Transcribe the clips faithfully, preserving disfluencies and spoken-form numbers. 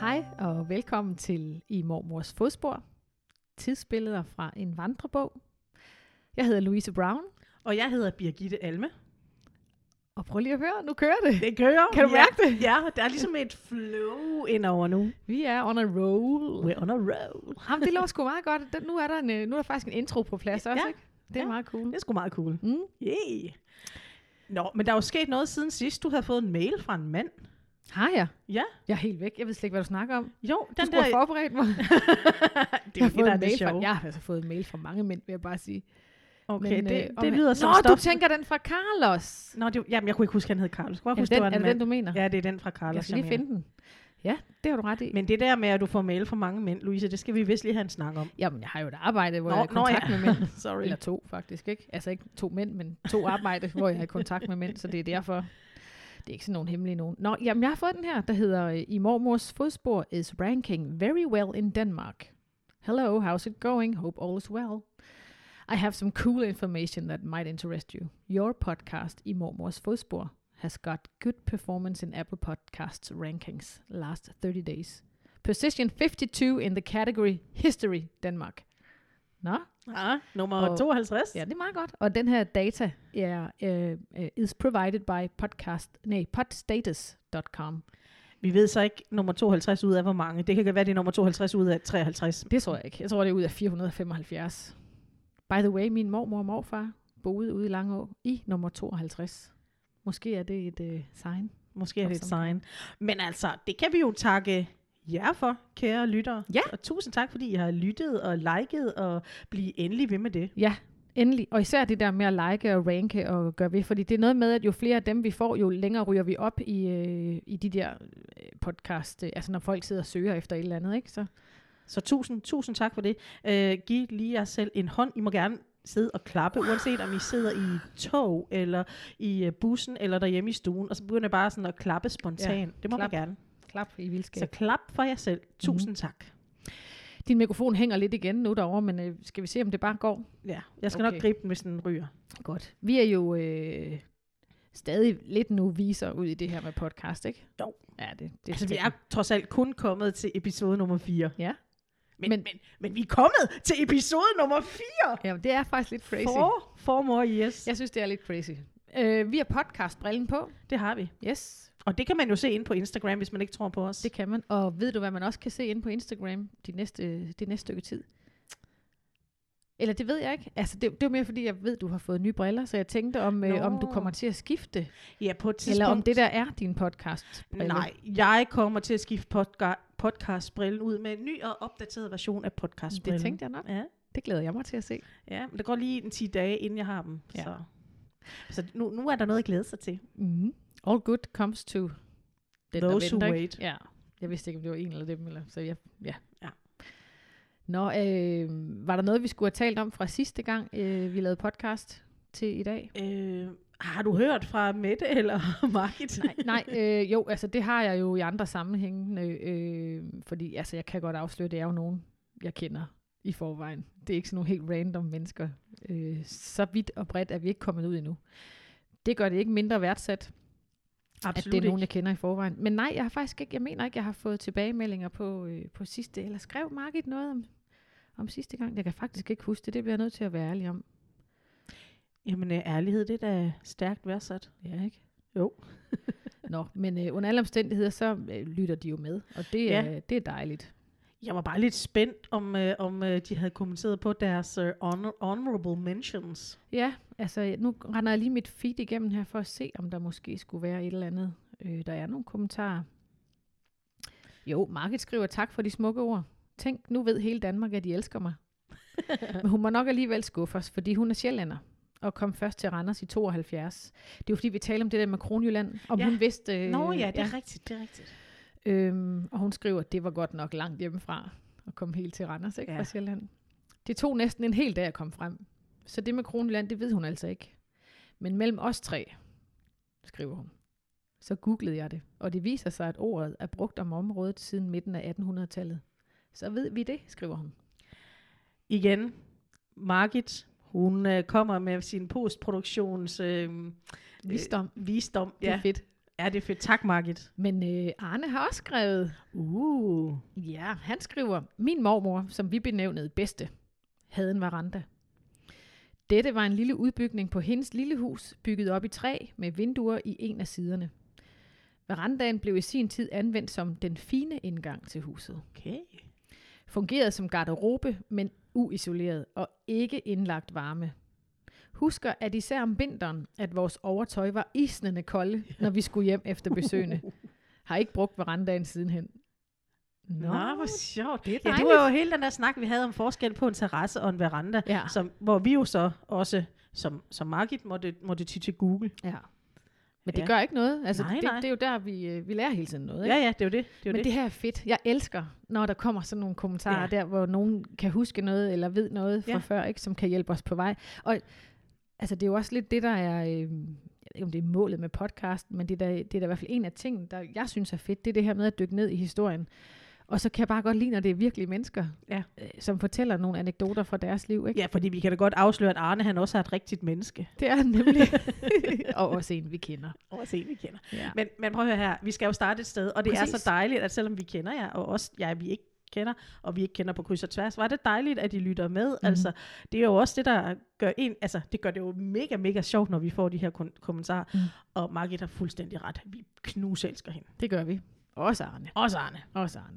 Hej og velkommen til I Mormors Fodspor, tidsbilleder fra en vandrebog. Jeg hedder Louise Brown. Og jeg hedder Birgitte Alme. Og prøv lige at høre, nu kører det. Det kører. Kan du ja. mærke det? Ja, der er ligesom et flow indover nu. Vi er on a roll. We're on a roll. Jamen, det lå sgu meget godt. Den, nu, er der en, nu er der faktisk en intro på plads også, Ja. ikke? Det er Ja. meget cool. Det er sgu meget cool. Mm. Yeah. Nå, men der er jo sket noget siden sidst. Du havde fået en mail fra en mand. Har jeg? Ja. Jeg er helt væk. Jeg ved slet ikke, hvad du snakker om. Jo, Du den skulle der... have forberedt mig. det Jeg er har jo fået det, der er en det mail fra, sjove. jeg har altså fået en mail fra mange mænd, vil jeg bare sige. Okay, Men, det, øh, det om- lyder som Nå, stof. du tænker den fra Carlos. Nå, det, jamen, jeg kunne ikke huske, at han hed Carlos. Jeg kunne bare Ja, huske, den, det var er en det mand. den, du mener? Ja, det er den fra Carlos. Jeg skal lige mener. finde den. Ja, det har du ret i. Men det der med, at du får mail fra mange mænd, Louise, det skal vi vist lige have en snak om. Jamen, jeg har jo et arbejde, hvor Nå, jeg er i nå, kontakt ja. med mænd. Sorry. Eller to, faktisk, ikke? Altså ikke to mænd, men to arbejde, hvor jeg er i kontakt med mænd, så det er derfor. Det er ikke sådan nogen hemmelige nogen. Nå, jamen, jeg har fået den her, der hedder I Mormors Fodspor is ranking very well in Denmark. Hello, how's it going? Hope all is well. I have some cool information that might interest you. Your podcast, I Mormors Fodspor, has got good performance in Apple Podcasts rankings last thirty days. Position fifty-two in the category History Denmark. Nå, Ja, nummer Og- tooghalvtreds. ja, det er meget godt. Og den her data er uh, uh, is provided by podcast, nej, podstatus dot com. Vi ved så ikke nummer tooghalvtreds ud af, hvor mange. Det kan være, det er nummer tooghalvtreds ud af treoghalvtreds. Det tror jeg ikke. Jeg tror, det er ud af fire hundrede og femoghalvfjerds. By the way, min mormor og morfar boede ude i Langå i nummer tooghalvtreds. Måske er det et uh, sign. Måske er det et Awesome. sign. Men altså, det kan vi jo takke jer for, kære lyttere. Ja. Og tusind tak, fordi I har lyttet og liket, og blive endelig ved med det. Ja, endelig. Og især det der med at like og ranke og gøre ved, fordi det er noget med, at jo flere af dem vi får, jo længere ryger vi op i, øh, i de der øh, podcast, øh, altså når folk sidder og søger efter et eller andet, ikke? Så Så tusind, tusind tak for det. Uh, giv lige jer selv en hånd. I må gerne sidde og klappe, uanset om I sidder i tog, eller i uh, bussen, eller derhjemme i stuen, og så begynder jeg bare sådan at klappe spontant. Ja, det må klap. man gerne. klap i vildskab. Så klap for jer selv. Tusind Mhm. tak. Din mikrofon hænger lidt igen nu derovre, men øh, skal vi se, om det bare går? Ja, jeg skal Okay. nok gribe den, hvis den ryger. Godt. Vi er jo øh, stadig lidt nu viser ud i det her med podcast, ikke? Jo. Ja, det, det Altså, vi er trods alt kun kommet til episode nummer fire. Ja. Men, Men- men, men, men vi er kommet til episode nummer fire! Ja, det er faktisk lidt crazy. Four, four more years. Jeg synes, det er lidt crazy. Øh, vi har podcastbrillen på. Det har vi. Yes, Og det kan man jo se ind på Instagram, hvis man ikke tror på os. det kan man. Og ved du, hvad man også kan se inde på Instagram de næste, det næste stykke tid? Eller det ved jeg ikke. Altså, det, det var mere fordi, jeg ved, du har fået nye briller, så jeg tænkte, om, øh, Nå. om du kommer til at skifte. Ja, på et tidspunkt. Eller om det der er din podcast. Nej, jeg kommer til at skifte podca- podcastbrillen ud med en ny og opdateret version af podcastbrillen. Det tænkte jeg nok. Ja, Det glæder jeg mig til at se. ja, men det går lige en ti dage, inden jeg har dem. Ja. Så, så nu, nu er der noget at glæde sig til. Mm-hmm. All good comes to den, Those der who venter, ikke? wait. Ja. Jeg vidste ikke, om det var en eller dem. Eller, så jeg, ja. Ja. Nå, øh, var der noget, vi skulle have talt om fra sidste gang, øh, vi lavede podcast til i dag? Øh, har du hørt fra Mette eller Margit? Nej, nej øh, jo, altså det har jeg jo i andre sammenhænge, øh, fordi altså, jeg kan godt afsløre, det er jo nogen, jeg kender i forvejen. Det er ikke sådan nogle helt random mennesker. Øh, så vidt og bredt er vi ikke kommet ud endnu. Det gør det ikke mindre værdsat, Absolut at det er nogen, ikke. jeg kender i forvejen. Men nej, jeg har faktisk ikke, jeg mener ikke, jeg har fået tilbagemeldinger på, øh, på sidste, eller skrev Margit noget om, om sidste gang. Jeg kan faktisk ikke huske det, det bliver jeg nødt til at være ærlig om. Jamen, øh, ærlighed, det er da stærkt værdsat. Ja, ikke? Jo. Nå, men øh, under alle omstændigheder, så øh, lytter de jo med, og det, Ja. er, det er dejligt. Jeg var bare lidt spændt, om, øh, om øh, de havde kommenteret på deres øh, honor- honorable mentions. Ja, altså nu render jeg lige mit feed igennem her, for at se, om der måske skulle være et eller andet. Øh, der er nogle kommentarer. Jo, Margit skriver tak for de smukke ord. Tænk, nu ved hele Danmark, at de elsker mig. Men hun må nok alligevel skuffe os, fordi hun er sjællænder og kom først til Randers i tooghalvfjerds. Det er jo fordi, vi taler om det der med Kronjylland, om Ja. hun vidste... Øh, Nå ja, det er rigtigt, det er rigtigt. Øhm, og hun skriver, at det var godt nok langt hjemmefra at komme helt til Randers, ikke, Ja. fra Sjælland. Det tog næsten en hel dag at komme frem. Så det med Kronjylland, det ved hun altså ikke. Men mellem os tre, skriver hun, så googlede jeg det. Og det viser sig, at ordet er brugt om området siden midten af attenhundredetallet. Så ved vi det, skriver hun. Igen, Margit, hun øh, kommer med sin postproduktions øh, Visdom. Øh, visdom, Det er ja. fedt. Ja, det er fedt. Tak, Margit. Men øh, Arne har også skrevet, Uh. ja, han skriver, min mormor, som vi benævnede bedste, havde en veranda. Dette var en lille udbygning på hendes lille hus, bygget op i træ med vinduer i en af siderne. Verandaen blev i sin tid anvendt som den fine indgang til huset. Okay. Fungerede som garderobe, men uisoleret og ikke indlagt varme. Husker, at især om vinteren, at vores overtøj var isnende kolde, når vi skulle hjem efter besøgende. Har ikke brugt verandaen sidenhen. Nå, Nå hvor sjovt. Det er ja, det var jo hele den der snak, vi havde om forskel på en terrasse og en veranda, ja. som, hvor vi jo så også, som, som Margit, måtte, måtte ty til Google. Ja. Men det ja. gør ikke noget. Altså, nej, det, nej. det er jo der, vi, vi lærer hele tiden noget. Ikke? Ja, ja, det er jo det. det, er jo Men det. det her er fedt. Jeg elsker, når der kommer sådan nogle kommentarer ja. der, hvor nogen kan huske noget, eller ved noget fra ja. før, ikke, som kan hjælpe os på vej. Og altså, det er jo også lidt det, der er, øh, jeg ved ikke, om det er målet med podcasten, men det er, der, det er der i hvert fald en af tingene, der jeg synes er fedt, det er det her med at dykke ned i historien. Og så kan jeg bare godt lide, når det er virkelige mennesker, ja. øh, som fortæller nogle anekdoter fra deres liv. Ikke? Ja, fordi vi kan da godt afsløre, at Arne han også er et rigtigt menneske. Det er han nemlig. Og også en, vi kender. Og også en, vi kender. Ja. Men, men prøv at høre her, vi skal jo starte et sted, og det Præcis. er så dejligt, at selvom vi kender jer, og også ja, vi ikke kender, og vi ikke kender på kryds og tværs, var det dejligt, at I lytter med. Mm. Altså, det er jo også det, der gør en, altså, det gør det jo mega, mega sjovt, når vi får de her kon- kommentarer. Mm. Og Margit har fuldstændig ret. Vi knuselsker hende. Det gør vi. Også Arne. Også Arne. Også Arne.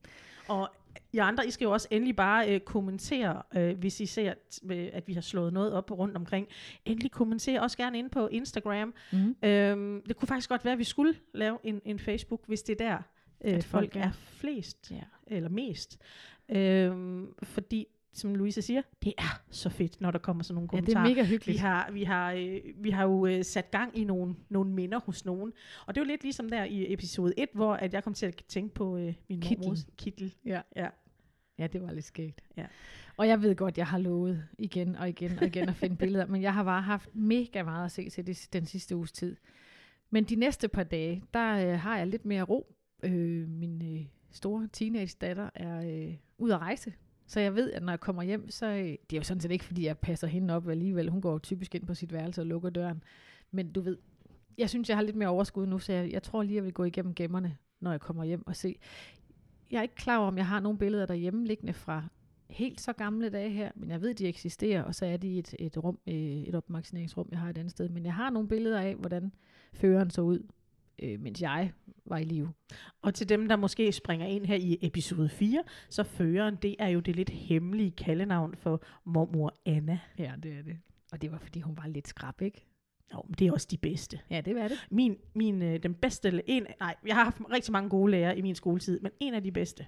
Og I andre, I skal jo også endelig bare øh, kommentere, øh, hvis I ser, øh, at vi har slået noget op rundt omkring. Endelig kommentere også gerne ind på Instagram. Mm. Øhm, det kunne faktisk godt være, at vi skulle lave en, en Facebook, hvis det er der, øh, folk, folk er, er flest, ja. eller mest. Øhm, fordi, som Louise siger, det er så fedt, når der kommer sådan nogle kommentarer. Ja, det er mega hyggeligt. Vi har, vi har, øh, vi har jo øh, sat gang i nogle, nogle minder hos nogen. Og det er jo lidt ligesom der i episode et, hvor at jeg kom til at tænke på øh, min mormors kittel. Ja. Ja. Ja, det var lidt skægt. Ja. Og jeg ved godt, jeg har lovet igen og igen og igen at finde billeder, men jeg har bare haft mega meget at se til det, den sidste uges tid. Men de næste par dage, der øh, har jeg lidt mere ro. Øh, min øh, store teenage-datter er øh, ude at rejse, så jeg ved, at når jeg kommer hjem, så øh, det er jo sådan set ikke, fordi jeg passer hende op alligevel. Hun går typisk ind på sit værelse og lukker døren. Men du ved, jeg synes, jeg har lidt mere overskud nu, så jeg, jeg tror lige, jeg vil gå igennem gemmerne, når jeg kommer hjem og se. Jeg er ikke klar over, om jeg har nogle billeder derhjemme liggende fra helt så gamle dage her, men jeg ved, de eksisterer, og så er de i et, et, rum, et opmagasineringsrum, jeg har et andet sted. Men jeg har nogle billeder af, hvordan føreren så ud, øh, mens jeg var i live. Og til dem, der måske springer ind her i episode fire, så føreren, det er jo det lidt hemmelige kaldenavn for mormor Anna. Ja, det er det. Og det var, fordi hun var lidt skrab, ikke? Jo, men det er også de bedste. Ja, det var det. Min, min øh, den bedste, en, nej, jeg har haft rigtig mange gode lærere i min skoletid, men en af de bedste,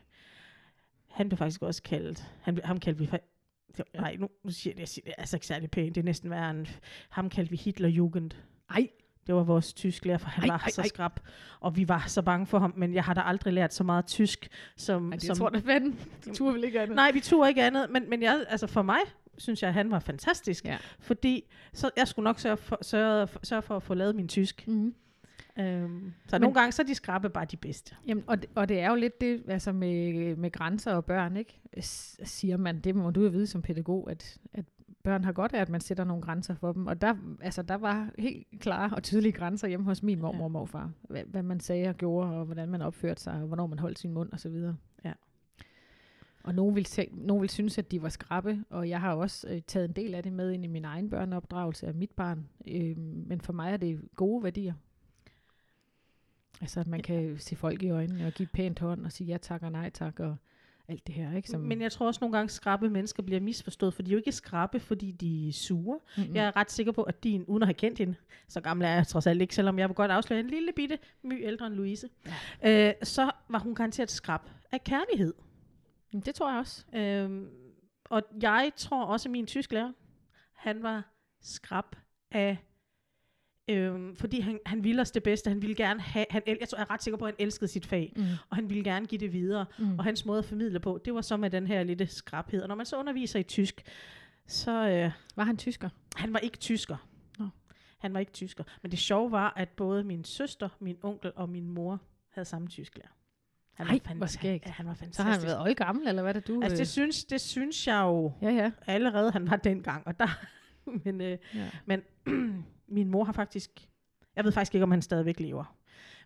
han blev faktisk også kaldt, han, ham kaldte vi, det, nej, nu, nu siger jeg, jeg siger, det er altså ikke særlig pænt, det er næsten værre end, ham kaldte vi Hitlerjugend. Ej. Det var vores tysklærer, for han ej, var ej, så ej. skrab, og vi var så bange for ham, men jeg har da aldrig lært så meget tysk, som... Ej, det som, tror jeg, ven. Du turde vel ikke andet? Nej, vi turde ikke andet, men, men jeg, altså for mig, synes jeg, at han var fantastisk, ja. Fordi så jeg skulle nok sørge for, sørge, sørge for at få lavet min tysk. Mm. Øhm, så men, nogle gange, så er de skrabe bare de bedste. Jamen, og, det, og det er jo lidt det, altså med, med grænser og børn, ikke? S- siger man, det må du jo vide som pædagog, at, at børn har godt af, at man sætter nogle grænser for dem. Og der, altså, der var helt klare og tydelige grænser hjemme hos min mormor og morfar. Hvad, hvad man sagde og gjorde, og hvordan man opførte sig, og hvornår man holdt sin mund, og så videre. Ja. Og nogen vil, se, nogen vil synes, at de var skrappe, og jeg har også øh, taget en del af det med ind i min egen børneopdragelse af mit barn. Øh, men for mig er det gode værdier. Altså, at man ja. kan se folk i øjnene og give pænt hånd og sige ja tak og nej tak og alt det her. Ikke? Som Men jeg tror også nogle gange, skrappe mennesker bliver misforstået, for de er jo ikke skrappe, fordi de er sure. Mm-hmm. Jeg er ret sikker på, at din, uden at have kendt hende, så gammel er jeg trods alt ikke, selvom jeg vil godt afsløre en lille bitte, my ældre end Louise, ja. øh, så var hun garanteret skrab af kærlighed. Det tror jeg også. Øhm, og jeg tror også, at min tysklærer, han var skrab af, øhm, fordi han, han ville os det bedste. Han ville gerne have, han, jeg tror, jeg er ret sikker på, at han elskede sit fag, mm. og han ville gerne give det videre. Mm. Og hans måde at formidle på, det var så med den her lille skrabhed. Og når man så underviser i tysk, så... Øh, var han tysker? Han var ikke tysker. Oh. Han var ikke tysker. Men det sjove var, at både min søster, min onkel og min mor havde samme tysklærer. Han Ej, var hvor skægt. Ja, han var fantastisk. Så har han været oldgammel, eller hvad er det du? Altså det synes, det synes jeg jo ja, ja. allerede, han var dengang. Og der, men øh, ja. men min mor har faktisk, jeg ved faktisk ikke, om han stadigvæk lever.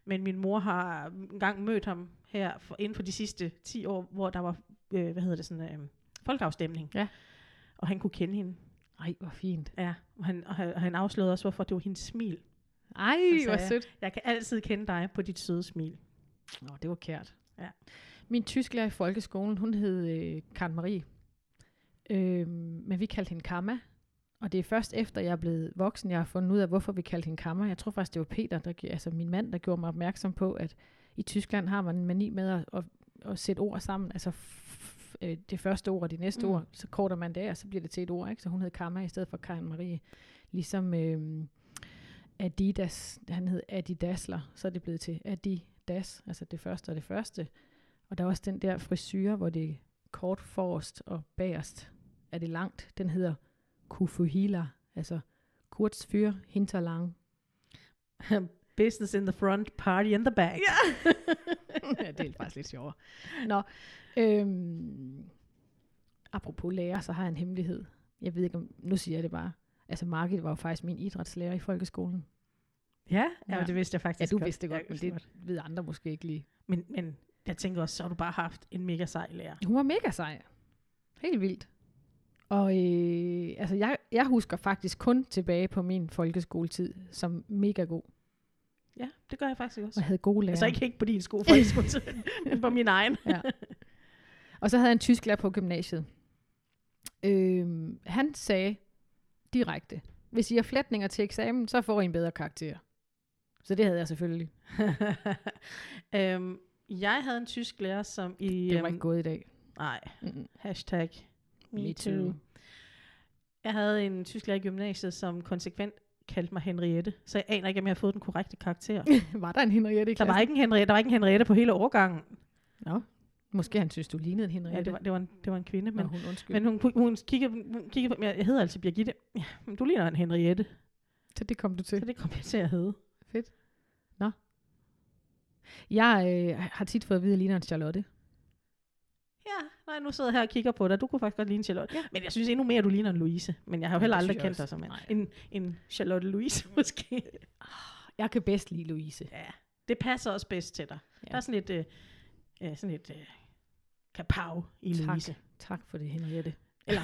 Men min mor har engang mødt ham her for, inden for de sidste ti år, hvor der var, øh, hvad hedder det, sådan øh, folkeafstemning. Ja. Og han kunne kende hende. Ej, hvor fint. Ja, og han, og han, og han afslørede også, hvorfor det var hendes smil. Ej, Altså, hvor ja. sødt. Jeg kan altid kende dig på dit søde smil. Nå, det var kært. Ja. Min tysklærer i folkeskolen, hun hed øh, Karen Marie. Øh, men vi kaldte hende Kamma. Og det er først efter, jeg er blevet voksen, jeg har fundet ud af, hvorfor vi kaldte hende Kamma. Jeg tror faktisk, det var Peter, der, altså min mand, der gjorde mig opmærksom på, at i Tyskland har man en mani med at, at, at sætte ord sammen. Altså f- f- det første ord og det næste mm. ord, så korter man det af, og så bliver det til et ord. Ikke? Så hun hed Kamma i stedet for Karen Marie. Ligesom øh, Adidas, han hed Adidasler, så er det blevet til Adidas, altså det første og det første. Og der er også den der frisyre, hvor det er kort forrest og bagerst er det langt. Den hedder Kufuhila, altså kurz für hinterlang. Business in the front, party in the back. Ja, ja det er faktisk lidt sjovere. Nå, øhm, apropos lærer, så har jeg en hemmelighed. Jeg ved ikke om, nu siger jeg det bare. Altså Margit var jo faktisk min idrætslærer i folkeskolen. Ja, ja, Ja. det vidste jeg faktisk Ja, du godt. vidste det godt, Jeg men vidste det ved andre måske ikke lige. Men, men jeg tænker også, så har du bare haft en mega sej lærer. Hun var mega sej. Helt vildt. Og øh, altså jeg, jeg husker faktisk kun tilbage på min folkeskoletid som mega god. Ja, det gør jeg faktisk også. Og havde gode lærere. Altså ikke, ikke på din sko folkeskoletid, men på min egen. Ja. Og så havde jeg en tysklærer på gymnasiet. Øh, han sagde direkte, hvis I har flætninger til eksamen, så får I en bedre karakter. Så det havde jeg selvfølgelig. øhm, jeg havde en tysk lærer, som i... Det var ikke gået i dag. Nej, Mm-mm. hashtag Me me too. too. Jeg havde en tysk lærer i gymnasiet, som konsekvent kaldte mig Henriette. Så jeg aner ikke, om jeg har fået den korrekte karakter. Var der en Henriette i Der klassen? var ikke en Henriette, der var ikke en Henriette på hele årgangen. Nå. Måske han synes, du lignede en Henriette. Ja, det var, det var, en, det var en kvinde. Men, Nå, hun undskyld. men hun, hun, kiggede, hun kiggede på mig. Jeg hedder altså Birgitte. Ja, men du ligner en Henriette. Så det kom du til. Så det kom jeg til at hedde. Fedt. Nå. Jeg øh, har tit fået at vide, at jeg ligner en Charlotte. Ja, nej, nu sidder jeg her og kigger på dig. Du kunne faktisk godt ligne Charlotte. Ja. Men jeg synes endnu mere, at du ligner en Louise. Men jeg har jo heller Det aldrig synes jeg kendt dig også. som en, Nej. en, en Charlotte Louise, måske. Jeg kan bedst lide Louise. Ja, det passer også bedst til dig. Ja. Der er sådan lidt, øh, øh, sådan lidt øh, kapav i Tak. Louise. Tak for det, Henriette. Eller...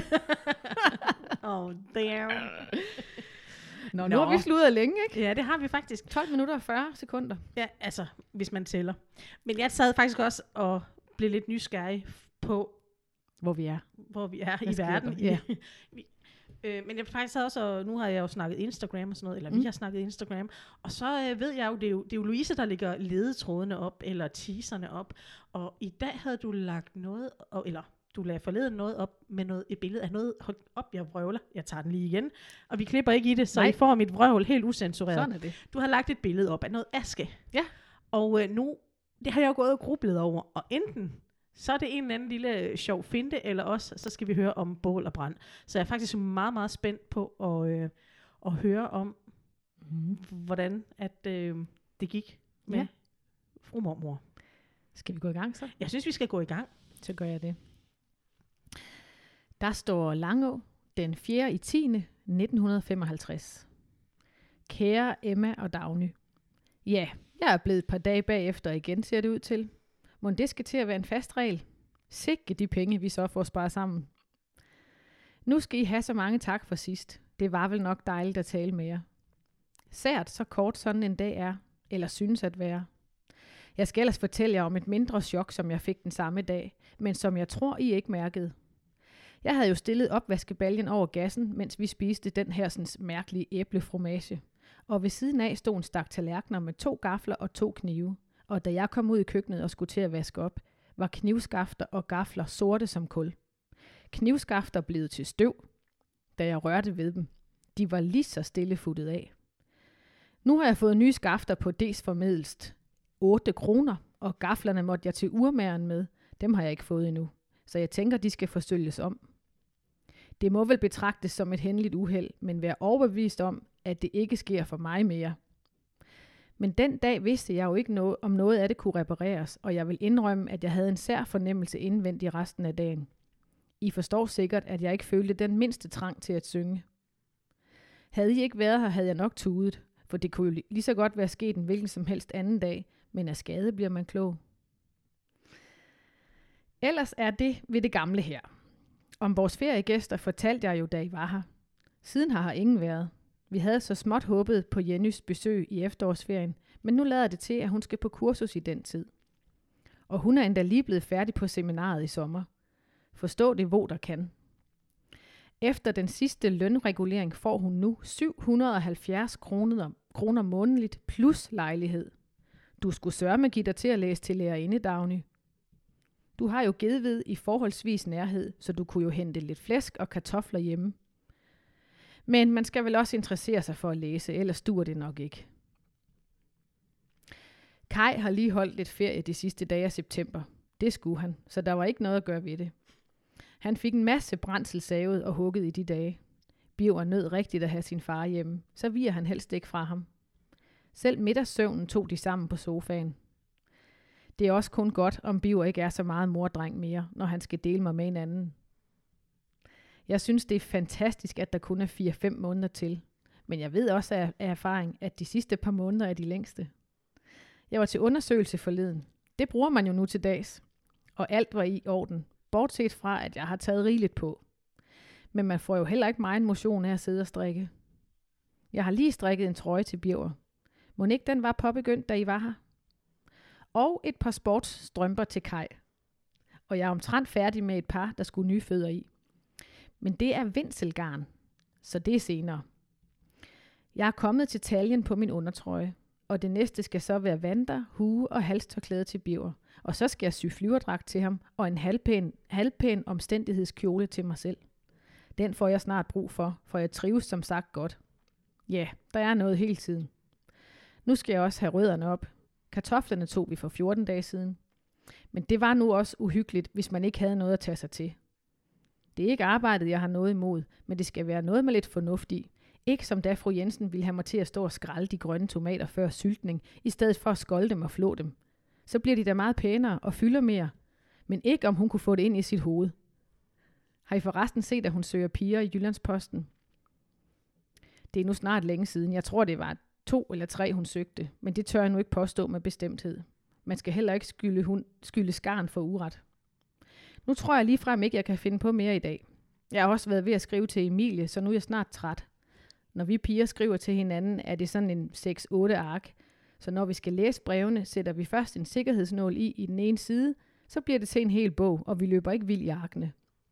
oh, damn. Nå, nu Nå. har vi sludret længe, ikke? Ja, det har vi faktisk. tolv minutter og fyrre sekunder. Ja, altså, hvis man tæller. Men jeg sad faktisk også og blev lidt nysgerrig på, Hvor vi er. hvor vi er Hvad i sker verden. der? Ja. Vi- øh, men jeg faktisk havde også, og nu har jeg jo snakket Instagram og sådan noget, eller mm. Mm. vi har snakket Instagram, og så øh, ved jeg jo det, er jo, det er jo Louise, der lægger ledetrådene op, eller teaserne op, og i dag havde du lagt noget, og, eller du lagde forleden noget op med noget, et billede af noget, hold op, jeg vrøvler, jeg tager den lige igen, og vi klipper ikke i det, så Nej. I får mit vrøvl helt usensureret. Sådan er det. Du har lagt et billede op af noget aske. Ja. Og øh, nu, det har jeg jo gået og grublet over, og enten så er det en eller anden lille øh, sjov finte, eller også, så skal vi høre om bål og brand. Så jeg er faktisk meget, meget spændt på at, øh, at høre om, Mm. hvordan at, øh, det gik med Ja. fru mormor. Skal vi gå i gang så? Jeg synes, vi skal gå i gang. Så gør jeg det. Der står Langå den fjerde i tiende nitten femoghalvtreds. Kære Emma og Dagny. Ja, jeg er blevet et par dage bagefter igen, ser det ud til. Mon det skal til at være en fast regel. Sikke de penge, vi så får sparet sammen. Nu skal I have så mange tak for sidst. Det var vel nok dejligt at tale med jer. Sært så kort sådan en dag er, eller synes at være. Jeg skal ellers fortælle jer om et mindre chok, som jeg fik den samme dag, men som jeg tror, I ikke mærkede. Jeg havde jo stillet opvaskebaljen over gassen, mens vi spiste den her sådan, mærkelige æblefromage. Og ved siden af stod en stak tallerkener med to gafler og to knive. Og da jeg kom ud i køkkenet og skulle til at vaske op, var knivskafter og gafler sorte som kul. Knivskafter blev til støv, da jeg rørte ved dem. De var lige så stillefuttet af. Nu har jeg fået nye skafter på D's formiddelst. otte kroner, og gaflerne måtte jeg til urmageren med. Dem har jeg ikke fået endnu, så jeg tænker, de skal forsølges om. Det må vel betragtes som et hændeligt uheld, men være overbevist om, at det ikke sker for mig mere. Men den dag vidste jeg jo ikke noget, om noget af det kunne repareres, og jeg vil indrømme, at jeg havde en sær fornemmelse indvendig resten af dagen. I forstår sikkert, at jeg ikke følte den mindste trang til at synge. Havde I ikke været her, havde jeg nok tudet, For det kunne jo lige så godt være sket en hvilken som helst anden dag, men af skade bliver man klog. Ellers er det ved det gamle her. Om vores feriegæster fortalte jeg jo, da I var her. Siden har her ingen været. Vi havde så småt håbet på Jennys besøg i efterårsferien, men nu lader det til, at hun skal på kursus i den tid. Og hun er endda lige blevet færdig på seminaret i sommer. Forstå det, hvor der kan. Efter den sidste lønregulering får hun nu syv hundrede og halvfjerds kroner, kroner månedligt plus lejlighed. Du skulle sørme give dig til at læse til lærerinde, Dagny. Du har jo Gedved i forholdsvis nærhed, så du kunne jo hente lidt flæsk og kartofler hjemme. Men man skal vel også interessere sig for at læse, ellers duer det nok ikke. Kai har lige holdt lidt ferie de sidste dage af september. Det skulle han, så der var ikke noget at gøre ved det. Han fik en masse brændsel savet og hugget i de dage. Birger nød rigtigt at have sin far hjemme, så viger han helst ikke fra ham. Selv middagssøvnen tog de sammen på sofaen. Det er også kun godt, om Birger ikke er så meget mordreng mere, når han skal dele mig med en anden. Jeg synes, det er fantastisk, at der kun er fire fem måneder til. Men jeg ved også af, af erfaring, at de sidste par måneder er de længste. Jeg var til undersøgelse forleden. Det bruger man jo nu til dags. Og alt var i orden. Bortset fra, at jeg har taget rigeligt på. Men man får jo heller ikke meget motion af at sidde og strikke. Jeg har lige strikket en trøje til Birger. Mon ikke den var påbegyndt, da I var her? Og et par sportsstrømper til Kai. Og jeg er omtrent færdig med et par, der skulle nye fødder i. Men det er vindselgarn, så det er senere. Jeg er kommet til taljen på min undertrøje, og det næste skal så være vanter, hue og halstørklæde til Birger. Og så skal jeg sy flyverdragt til ham, og en halvpæn, halvpæn omstændighedskjole til mig selv. Den får jeg snart brug for, for jeg trives som sagt godt. Ja, der er noget hele tiden. Nu skal jeg også have rødderne op. Kartoflerne tog vi for fjorten dage siden. Men det var nu også uhyggeligt, hvis man ikke havde noget at tage sig til. Det er ikke arbejdet, jeg har noget imod, men det skal være noget med lidt fornuft i. Ikke som da fru Jensen ville have mig til at stå og skralde de grønne tomater før syltning, i stedet for at skolde dem og flå dem. Så bliver de da meget pænere og fylder mere. Men ikke om hun kunne få det ind i sit hoved. Har I forresten set, at hun søger piger i Jyllandsposten? Det er nu snart længe siden. Jeg tror, det var to eller tre, hun søgte. Men det tør jeg nu ikke påstå med bestemthed. Man skal heller ikke skylde, hun, skylde skarn for uret. Nu tror jeg ligefrem ikke, jeg kan finde på mere i dag. Jeg har også været ved at skrive til Emilie, så nu er jeg snart træt. Når vi piger skriver til hinanden, er det sådan en seks otte ark. Så når vi skal læse brevene, sætter vi først en sikkerhedsnål i i den ene side, så bliver det til en hel bog, og vi løber ikke vild i arkene.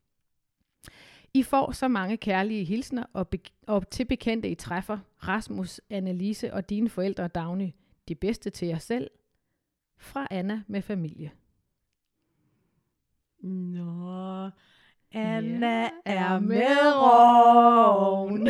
I får så mange kærlige hilsner og, be- og til bekendte I træffer, Rasmus, Annelise og dine forældre Dagny. De bedste til jer selv. Fra Anna med familie. Nå, Anna ja, er med rogn.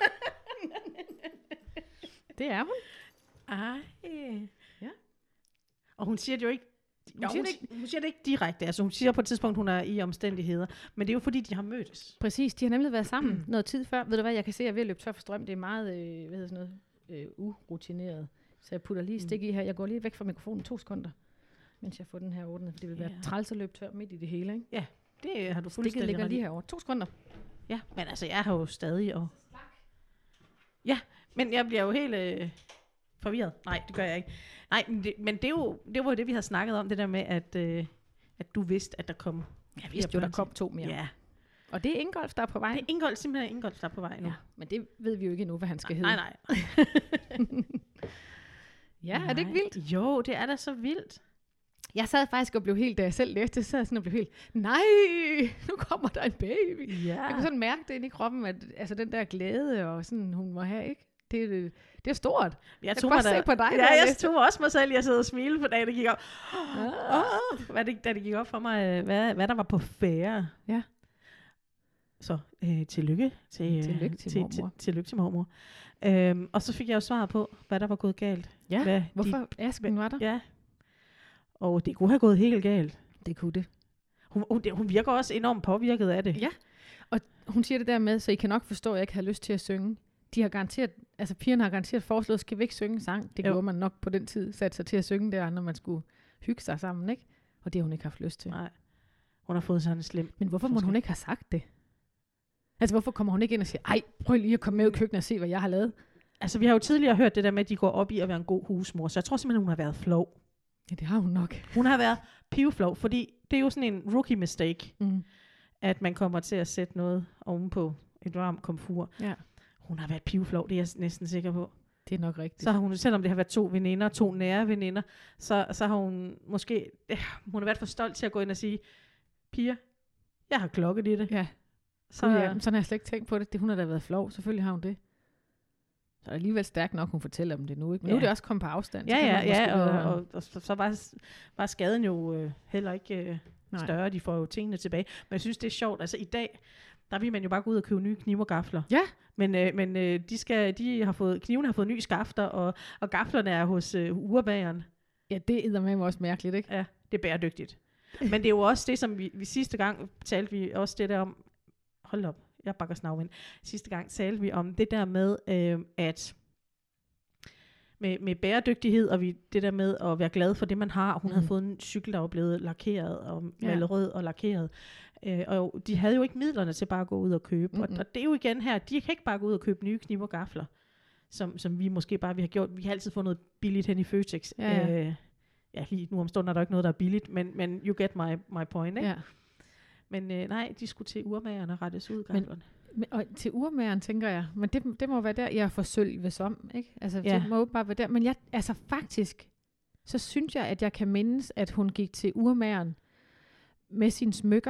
Det er hun. Ej. Ja. Og hun siger det jo ikke, hun, jo, siger hun, det ikke, hun siger det ikke direkte. Altså hun siger på et tidspunkt, hun er i omstændigheder. Men det er jo fordi, de har mødtes. Præcis, de har nemlig været sammen noget tid før. Ved du hvad, jeg kan se, at jeg er ved at løbe tør for strøm. Det er meget, øh, hvad hedder sådan noget, øh, urutineret. Så jeg putter lige stik i her. Jeg går lige væk fra mikrofonen to sekunder, mens jeg får den her ordnet. For det vil være ja. træls at løbe tør midt i det hele, ikke? Ja, det har du fuldstændig. Stikket ligger lige herovre. To sekunder. Ja, men altså, jeg har jo stadig og... Ja, men jeg bliver jo helt øh, forvirret. Nej, det gør jeg ikke. Nej, men det, men det, er jo, det var jo det, vi har snakket om, det der med, at, øh, at du vidste, at der kom... Jeg vidste jo, der kom to mere. Ja. Og det er Ingolf, der er på vej. Det er Ingolf, simpelthen Ingolf, der er på vej nu. Ja, men det ved vi jo ikke endnu, hvad han skal nej, hedde. Nej, nej. Ja, nej. Er det ikke vildt? Jo, det er da så vildt. Jeg sad faktisk og blev helt, da jeg selv læste det, så sad jeg sådan og blev helt, nej, nu kommer der en baby. Ja. Jeg kunne sådan mærke det inde i kroppen, at altså, den der glæde, og sådan, hun må have, ikke? Det, det, det er stort. Jeg, jeg tog kan mig godt da, se på dig. Ja, jeg, jeg tog også mig selv, jeg sad og smilte på dagen, det gik op. Ah. Oh, hvad det, da det gik op for mig, hvad, hvad der var på færre. Ja. Så øh, tillykke til, tillykke til, til mormor. Til, til, tillykke til mormor. Øhm, og så fik jeg jo svaret på, hvad der var gået galt. Ja, hvad hvorfor de, asken var der? Ja. Og det kunne have gået helt galt. Det kunne det. Hun, hun, hun virker også enormt påvirket af det. Ja, og hun siger det der med, så I kan nok forstå, at jeg ikke har lyst til at synge. De har garanteret, altså pigerne har garanteret foreslået, skal vi ikke synge en sang? Det jo. Gjorde man nok på den tid, satte sig til at synge der, når man skulle hygge sig sammen, ikke? Og det har hun ikke haft lyst til. Nej, hun har fået sådan en slem. Men hvorfor må hun ikke have sagt det? Altså hvorfor kommer hun ikke ind og siger, ej, prøv lige at komme med i køkkenet og se, hvad jeg har lavet? altså vi har jo tidligere hørt det der med, at de går op i at være en god husmor, så jeg tror simpelthen, hun har været flov. Ja, det har hun nok. Hun har været pivflov, fordi det er jo sådan en rookie mistake, Mm. at man kommer til at sætte noget ovenpå et varmt komfur. Ja, Hun har været pivflov, det er jeg næsten sikker på. det er nok rigtigt. Så har hun, selvom det har været to veninder, to nære veninder, så, så har hun måske, ja, hun har været for stolt til at gå ind og sige, piger, jeg har klokket i det. Ja, Så, så, ja, sådan har jeg slet ikke tænkt på det. det. Hun har da været flov, selvfølgelig har hun det. Så er det alligevel stærkt nok, hun fortæller om det nu. Ikke? Men ja. Nu er det også kommet på afstand. ja, så kan ja, man måske ja, og, bedre- og, og så, så var, var skaden jo øh, heller ikke øh, Nej. større, de får jo tingene tilbage. Men jeg synes, det er sjovt, altså i dag, der vil man jo bare gå ud og købe nye knive og gafler. Ja. Men, øh, men øh, de, skal, de har fået, knivene har fået nye skafter, og, og gaflerne er hos øh, urbageren. Ja, det er med også mærkeligt, ikke? Ja, det er bæredygtigt. Men det er jo også det, som vi, vi sidste gang talte vi også det der om, hold op, jeg bakker snavvind. Sidste gang talte vi om det der med, øh, at med, med bæredygtighed, og vi, det der med at være glad for det, man har. Hun mm. havde fået en cykel, der var blevet lakeret, og malet ja. rød og lakeret. Øh, og de havde jo ikke midlerne til bare at gå ud og købe. Mm-hmm. Og, og det er jo igen her, de kan ikke bare gå ud og købe nye knive og gafler, som, som vi måske bare vi har gjort. Vi har altid fået noget billigt hen i Føtex. Ja, ja. Øh, ja, lige nu om stunden er der ikke noget, der er billigt, men, men you get my, my point, ikke? Ja. Men øh, nej, de skulle til urmagerne rettes ud, gaflerne. Men, og til urmageren, tænker jeg. Men det, det må være der, jeg får sølves om, ikke? Altså, Ja. det må bare være der. Men jeg, altså faktisk, så synes jeg, at jeg kan mindes, at hun gik til urmageren med sine smykker.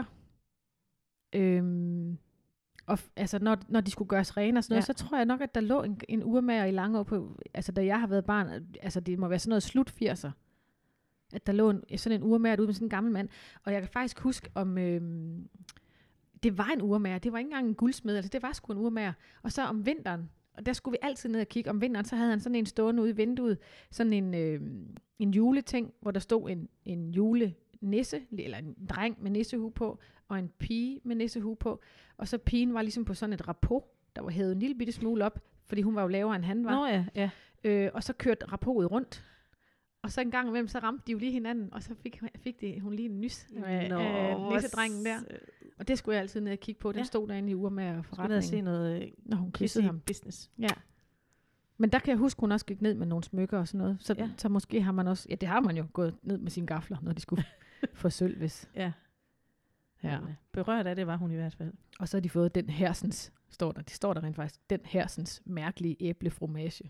Øhm, og f- altså, når, når de skulle gøres rene og sådan noget, Ja. så tror jeg nok, at der lå en, en urmager i Langå på, altså da jeg har været barn, altså det må være sådan noget slut firser, at der lå en, sådan en urmager ude med sådan en gammel mand. Og jeg kan faktisk huske om, øhm, det var en urmager, det var ikke engang en guldsmed, altså det var sgu en urmager. Og så om vinteren, og der skulle vi altid ned og kigge, om vinteren, så havde han sådan en stående ude i vinduet, sådan en, øh, en juleting, hvor der stod en, en julenisse, eller en dreng med nissehue på, og en pige med nissehue på, og så pigen var ligesom på sådan et rapport, der var hævet en lille bitte smule op, fordi hun var jo lavere end han var. Nå ja, ja. Øh, og så kørte rapportet rundt. Og så en gang imellem, så ramte de jo lige hinanden, og så fik, fik de, hun lige en nys af Nå, øh, nissedrengen der. s- Og det skulle jeg altid ned og kigge på. Den Ja. stod derinde i urmager Skulle ned og se forretningen, noget øh, når hun kissy kyssede ham. business. Ja. Men der kan jeg huske, hun også gik ned med nogle smykker og sådan noget. Så, Ja. ja. så måske har man også, ja det har man jo gået ned med sine gafler, når de skulle få sølves. Ja. Ja. Men, øh, berørt af det var hun i hvert fald. Og så har de fået den hersens, står der, det står der rent faktisk, den hersens mærkelige æblefromage.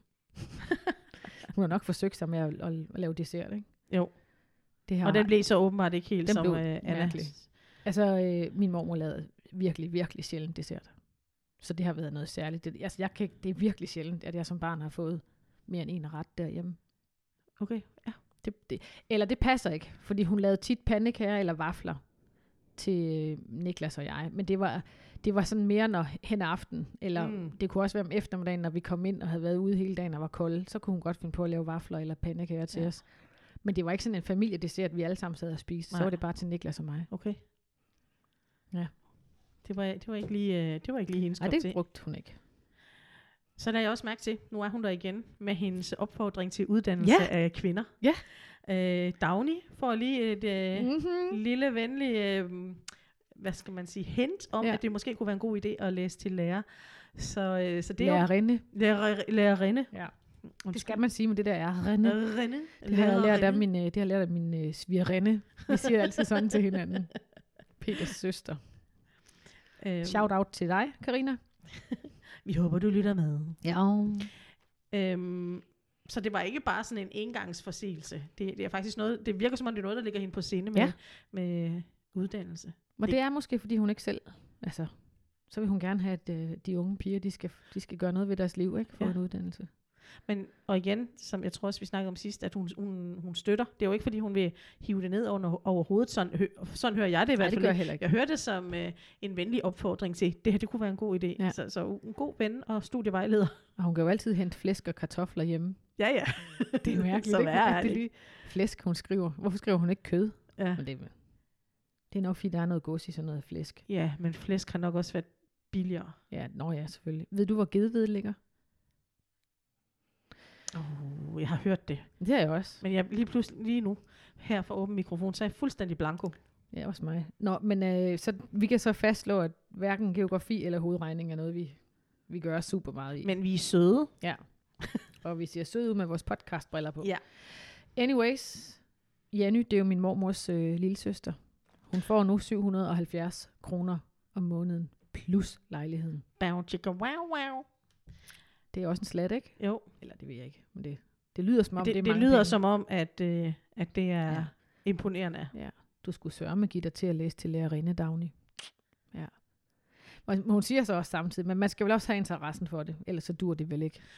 Hun har nok forsøgt sig med at, at, at lave dessert, ikke? Jo. Det har, Og den blev så åbenbart ikke helt Den som blev øh, Anna. mærkelig. Altså, øh, min mormor lavede virkelig, virkelig sjældent dessert. Så det har været noget særligt. Det, altså, jeg kan, ikke- det er virkelig sjældent, at jeg som barn har fået mere end en ret derhjemme. Okay, ja. Det, det, eller det passer ikke, fordi hun lavede tit pandekager eller vafler til øh, Niklas og jeg. Men det var, det var sådan mere når hen ad aften, eller Mm. mm. det kunne også være om eftermiddagen, når vi kom ind og havde været ude hele dagen og var kolde, så kunne hun godt finde på at lave vafler eller pandekager til Ja. os. Men det var ikke sådan en familiedessert, vi alle sammen sad og spiste. Så Nej. var det bare til Niklas og mig. Okay. Ja. Det var, det var ikke lige, øh, det var ikke lige hendes Nej, kop det te. brugte hun ikke. Så lagde jeg også mærke til, nu er hun der igen, med hendes opfordring til uddannelse Ja. af kvinder. Ja. Øh, Dagny får lige et øh, Mm-hmm. lille venlig, øh, hvad skal man sige, hint om, Ja. ja. at det måske kunne være en god idé at læse til lærer. Så, øh, så det er jo Lærerinde. lærer, lærerinde. Ja. Det skal man sige med det der er. Rinde. Lærerinde. Det har jeg lært af min, øh, det har jeg lært af min øh, svigerinde. Vi siger altid sådan til hinanden. Peters søster. Øhm, Shout out til dig, Karina. Vi håber, du lytter med. Ja. Øhm, så det var ikke bare sådan en engangsforseelse. Det, det er faktisk noget, det virker som om det er noget, der ligger hende på sinde med, Ja. med uddannelse. Men det er måske, fordi hun ikke selv, altså, så vil hun gerne have, at øh, de unge piger, de skal, de skal gøre noget ved deres liv, ikke? Få Ja. en uddannelse. Men, og igen, som jeg tror også, vi snakkede om sidst, at hun, hun, hun støtter. Det er jo ikke, fordi hun vil hive det ned under, over hovedet. Sådan, hø, sådan hører jeg det i Nej, hvert det fald. gør jeg ikke. heller ikke. Jeg hører det som øh, en venlig opfordring til, det her det kunne være en god idé. Ja. Så, så en god ven og studievejleder. Og hun kan jo altid hente flæsk og kartofler hjemme. Ja, ja. Det er mærkeligt, Så ikke? er At det det. lige flæsk, hun skriver. Hvorfor skriver hun ikke kød? Ja. Men det, det er nok, fordi der er noget gods i sådan noget flæsk. ja, men flæsk har nok også været billigere. Ja, nå ja, selvfølgelig. Ved du, hvor gedeved ligger? Oh, jeg har hørt det. Det har jeg også. Men jeg lige pludselig lige nu, her for åben mikrofon, så er jeg fuldstændig blanko. Ja, også mig. Nå, men øh, så vi kan så fastslå, at hverken geografi eller hovedregning er noget, vi, vi gør super meget i. Men vi er søde. Ja. og vi ser søde ud med vores podcastbriller på. Ja. Anyways, Jenny, det er jo min mormors øh, lille søster. Hun får nu syv hundrede og halvfjerds kroner om måneden, plus lejligheden. Bow, chicka, wow, wow. Det er også en slat, ikke? Jo. Eller det ved jeg ikke, men det, det lyder som om, det, Det, det er det mange lyder penge. som om, at, øh, at det er Ja. ja. imponerende. Ja, du skulle sørge give dig til at læse til lærerinde, Dagny. Ja. Og hun siger så også samtidig, men man skal vel også have interessen for det, ellers så dur det vel ikke.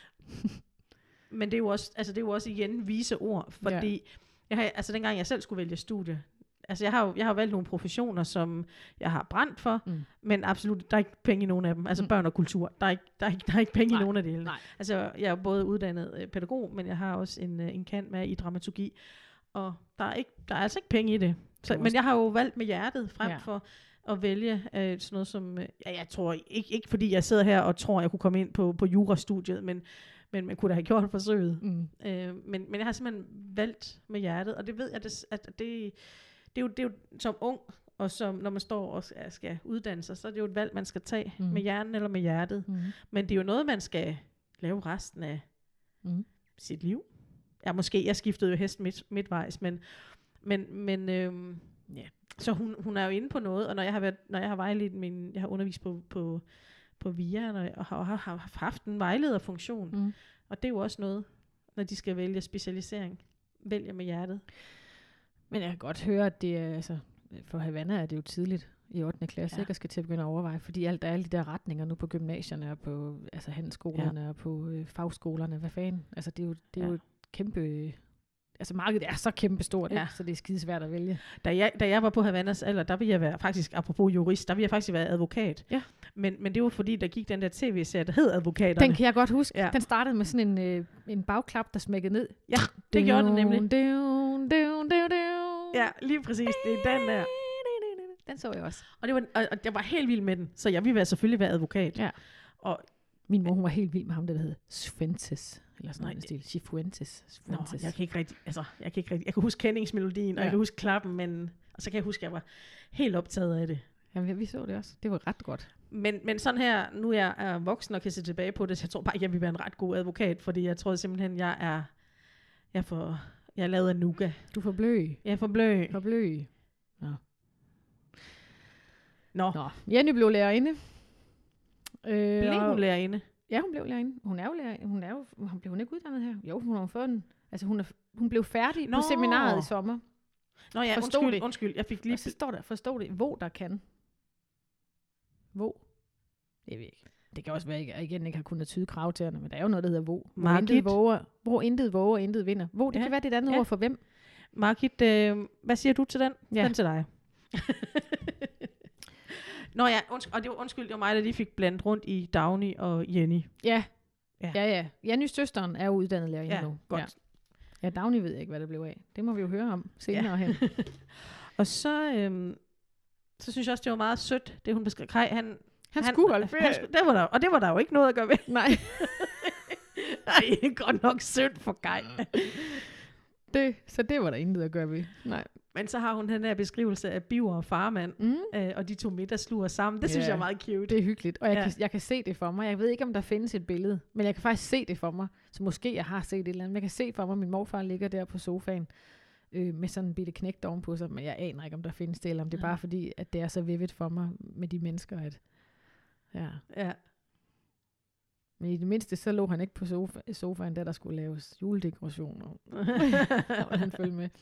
Men det er jo også, altså det er jo også igen vise ord, fordi ja. jeg har, altså dengang jeg selv skulle vælge studie, altså jeg har jo jeg har valgt nogle professioner, som jeg har brændt for, Mm. men absolut, der er ikke penge i nogen af dem. Altså Mm. børn og kultur, der er ikke, der er ikke, der er ikke penge Nej. i nogen af delene. Nej. Altså jeg er jo både uddannet øh, pædagog, men jeg har også en, øh, en kant med i dramaturgi, og der er, ikke, der er altså ikke penge i det. Så, Det er men jeg har jo valgt med hjertet frem Ja. for at vælge øh, sådan noget som, øh, ja, jeg tror ikke, ikke fordi jeg sidder her og tror, jeg kunne komme ind på, på jurastudiet, men, men man kunne da have gjort forsøget. Mm. Øh, men, men jeg har simpelthen valgt med hjertet, og det ved jeg, det, at det, det, er jo, det er jo som ung, og som når man står og skal, skal uddanne sig, så er det jo et valg, man skal tage Mm. med hjernen eller med hjertet. Mm. Men det er jo noget, man skal lave resten af Mm. sit liv. Ja, måske, jeg skiftede jo hest midt, midtvejs, men, men, men øhm, ja. Så hun, hun er jo inde på noget, og når jeg har, været, når jeg har vejledt min, jeg har undervist på, på, på V I A, og, og har, har, har haft en vejlederfunktion, Mm. og det er jo også noget, når de skal vælge specialisering, vælger med hjertet. Men jeg kan godt høre, at det er, altså, for Havana er det jo tidligt i ottende klasse, Ja. ikke, og skal til at begynde at overveje, fordi alt, der er alle de der retninger nu på gymnasierne, og på altså handelsskolerne, ja. og på øh, fagskolerne, hvad fanden, altså det er jo, det er Ja. jo et kæmpe, øh, altså markedet er så kæmpe stort, Ja. ikke? Så det er skide svært at vælge. Da jeg, da jeg var på Havanas alder, der ville jeg være, faktisk apropos jurist, der ville jeg faktisk være advokat. Ja. Men, men det var fordi, der gik den der tv-serie, der hed Advokaterne. Den kan jeg godt huske. Ja. Den startede med sådan en, øh, en bagklap, der smækkede ned. Ja, det gjorde den nemlig. Dun, dun, dun, dun, dun. Ja, lige præcis. Det er den der. Den så jeg også. Og, det var, og, og jeg var helt vild med den, så jeg ville være, selvfølgelig være advokat. Ja. Og Min mor, hun var helt vild med ham, der hed Fuentes, eller sådan Nej, noget i stil. Cifuentes. nå, Fuentes. jeg kan ikke rigtig, altså, jeg kan ikke rigtig, jeg kan huske kendingsmelodien, og Ja. jeg kan huske klappen, men, og så kan jeg huske, at jeg var helt optaget af det. Jamen, vi så det også. Det var ret godt. Men, men sådan her, nu jeg er voksen og kan se tilbage på det, så jeg tror bare ikke, jeg vil være en ret god advokat, fordi jeg tror simpelthen, jeg er, jeg er for, jeg er lavet af nougat. Du får blø. Jeg er for blø. For blø. Nå. Nå, Nå. Jenny blev lærerinde. Øh, blev og- hun lærerinde? Ja, hun blev lærerinde. Hun er jo lærerinde. Hun er jo, hun blev hun ikke uddannet her? Jo, hun har jo fået en, altså hun, er, hun blev færdig Nå. på seminaret i sommer. Nå ja, Forstod undskyld, det. undskyld, jeg fik Lige... lige... Og så står der, forstå det, hvor der kan. Hvor? Jeg ved ikke. Det kan også være, at jeg igen ikke har kunnet tyde kravtagerne, men der er jo noget, der hedder hvor. Hvor Margit. intet våger, hvor intet våger, intet vinder. Hvor, det Ja. kan være det er et andet Ja. ord for hvem. Margit, øh, hvad siger du til den? Ja. Den til dig. Nå ja, undskyld, og det var, undskyld, det var mig, der lige fik blandet rundt i Dagny og Jenny. Ja. Ja. Ja, ja. Jennys søsteren er jo uddannet lærerinde Ja, nu. godt. Ja. Ja, Dagny ved jeg ikke, hvad det blev af. Det må vi jo høre om senere hen. Og så, øhm, så synes jeg også, det var meget sødt, det hun beskrev. Kaj, han, Han skulle holde ferie. Han skulle, det var der, og det var der jo ikke noget at gøre ved. Nej. Nej, godt nok sødt for Kaj. Det, så det var der intet at gøre ved. Nej. Men så har hun den der beskrivelse af Biver og Farmand, Mm. øh, og de to middagssluer sammen. Det synes Ja. jeg er meget cute. Det er hyggeligt, og jeg, Ja. ja. kan, jeg kan se det for mig. Jeg ved ikke, om der findes et billede, men jeg kan faktisk se det for mig. Så måske jeg har set et eller andet. Men jeg kan se for mig, at min morfar ligger der på sofaen øh, med sådan en bitte knægt ovenpå sig, men jeg aner ikke, om der findes det, eller om det er Ja. bare fordi, at det er så vivid for mig med de mennesker, at ja. Ja. Men i det mindste, så lå han ikke på sofa, sofaen, da der skulle laves juledekorationer. Og han følge med.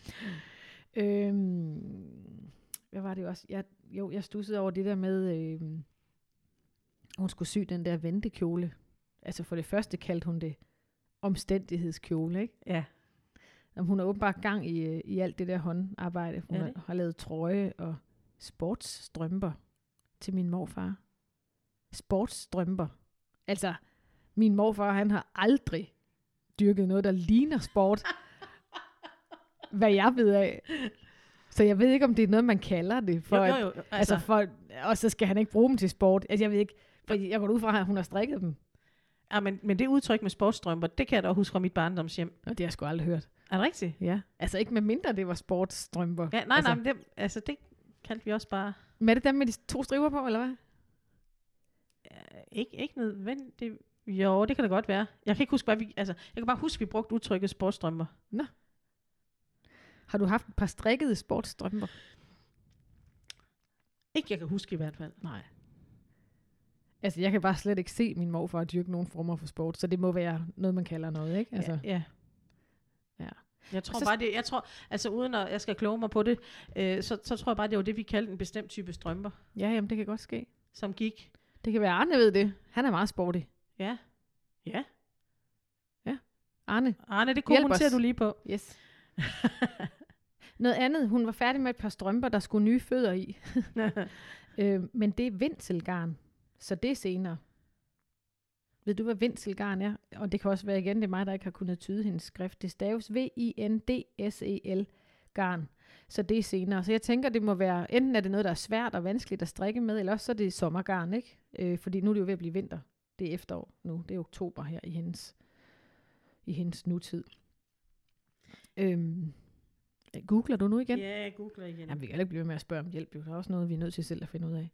Øhm, hvad var det også? Jeg, jo, jeg stussede over det der med, øhm, hun skulle sy den der ventekjole. Altså for det første kaldte hun det omstændighedskjole, ikke? Ja. Jamen, hun har åbenbart gang i, øh, i alt det der håndarbejde. Hun Ja, har, det. har lavet trøje og sportsstrømper til min morfar. Sportsstrømper. Altså, min morfar, han har aldrig dyrket noget, der ligner sport. Hvad jeg ved af. Så jeg ved ikke, om det er noget, man kalder det. For Jo, jo, at- jo. Altså, Altså, for, og så skal han ikke bruge dem til sport. Altså, jeg ved ikke, for jeg går ud fra, at hun har strikket dem. ja, men, men det udtryk med sportsstrømper, det kan jeg da huske fra mit barndomshjem. Og det har jeg sgu aldrig hørt. Er det rigtigt? Ja. Altså, ikke med mindre, det var sportsstrømper. Ja, nej, altså, nej, men det, altså, det kaldte vi også bare... Men er det dem med de to striber på, eller hvad? Ja, ikke, ikke nødvendigt. Jo, det kan da godt være. Jeg kan ikke huske, hvad vi... Altså, jeg kan bare huske, at vi brugte udtrykket sportsstrømper. Nå. Har du haft et par strikkede sportsstrømper? Ikke, jeg kan huske i hvert fald. Nej. Altså, jeg kan bare slet ikke se min morfar dyrke nogen former for sport, så det må være noget, man kalder noget, ikke? Altså. Ja, ja. Ja. Jeg tror så, bare det, jeg tror, altså uden at jeg skal kloge mig på det, øh, så, så tror jeg bare, det var det, vi kaldte en bestemt type strømper, Ja, jamen, det kan godt ske. som gik. Det kan være, Arne ved det. Han er meget sporty. Ja. Ja. Arne. Arne, det Hjælp kommenterer os. du lige på. Yes. Noget andet. Hun var færdig med et par strømper, der skulle nye fødder i. øh, men det er vindselgarn. Så det er senere. Ved du, hvad vindselgarn er? Og det kan også være igen, det er mig, der ikke har kunnet tyde hendes skrift. Det staves V I N D S E L garn. Så det er senere. Så jeg tænker, det må være, enten er det noget, der er svært og vanskeligt at strikke med, eller også så er det sommergarn, ikke? Øh, fordi nu er det jo ved at blive vinter. Det er efterår nu. Det er oktober her i hendes, i hendes nutid. Øhm, googler du nu igen? Ja, jeg googler igen. Jamen, vi kan heller ikke blive ved med at spørge om hjælp. Jo. Der er også noget, vi er nødt til selv at finde ud af.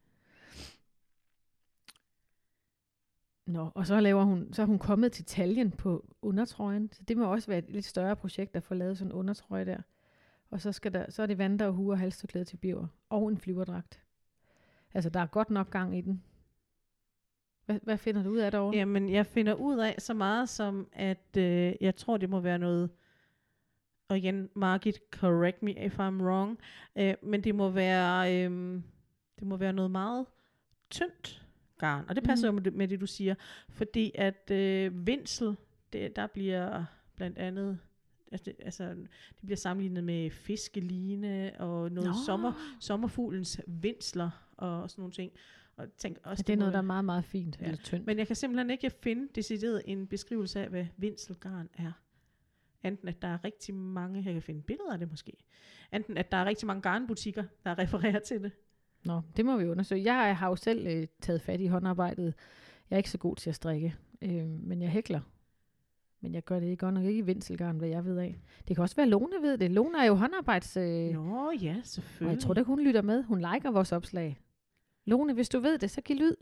Nå, og så laver hun, så er hun kommet til taljen på undertrøjen. Så det må også være et lidt større projekt at få lavet sådan en undertrøje der. Og så, skal der, så er det vanter og huer og halstørklæde til biver. Og en flyverdragt. Altså, der er godt nok gang i den. Hvad, hvad finder du ud af derovre? Jamen, jeg finder ud af så meget som, at øh, jeg tror, det må være noget, og igen, Margit, correct me if I'm wrong, øh, men det må være, øh, det må være noget meget tyndt garn, og det passer jo Mhm. med, det- med det, du siger, fordi at øh, vinsel, det, der bliver blandt andet, altså, det, altså, det bliver sammenlignet med fiskeline og noget Nå. sommer, sommerfuglens vinsler og sådan nogle ting. Og tænk også, Så det er må noget, der være- er meget, meget fint. Ja. Eller tyndt. men jeg kan simpelthen ikke finde decideret en beskrivelse af, hvad vinselgarn er. Enten at der er rigtig mange, jeg kan finde billeder af det måske, enten at der er rigtig mange garnbutikker, der refererer til det. Nå, det må vi undersøge. Jeg har jo selv øh, taget fat i håndarbejdet. Jeg er ikke så god til at strikke, øh, men jeg hækler. Men jeg gør det ikke godt nok ikke i vindselgarn, hvad jeg ved af. Det kan også være, Lone ved det. Lone er jo håndarbejds... Øh, Nå ja, og selvfølgelig. jeg tror da ikke, hun lytter med. Hun liker vores opslag. Lone, hvis du ved det, så giv lyd.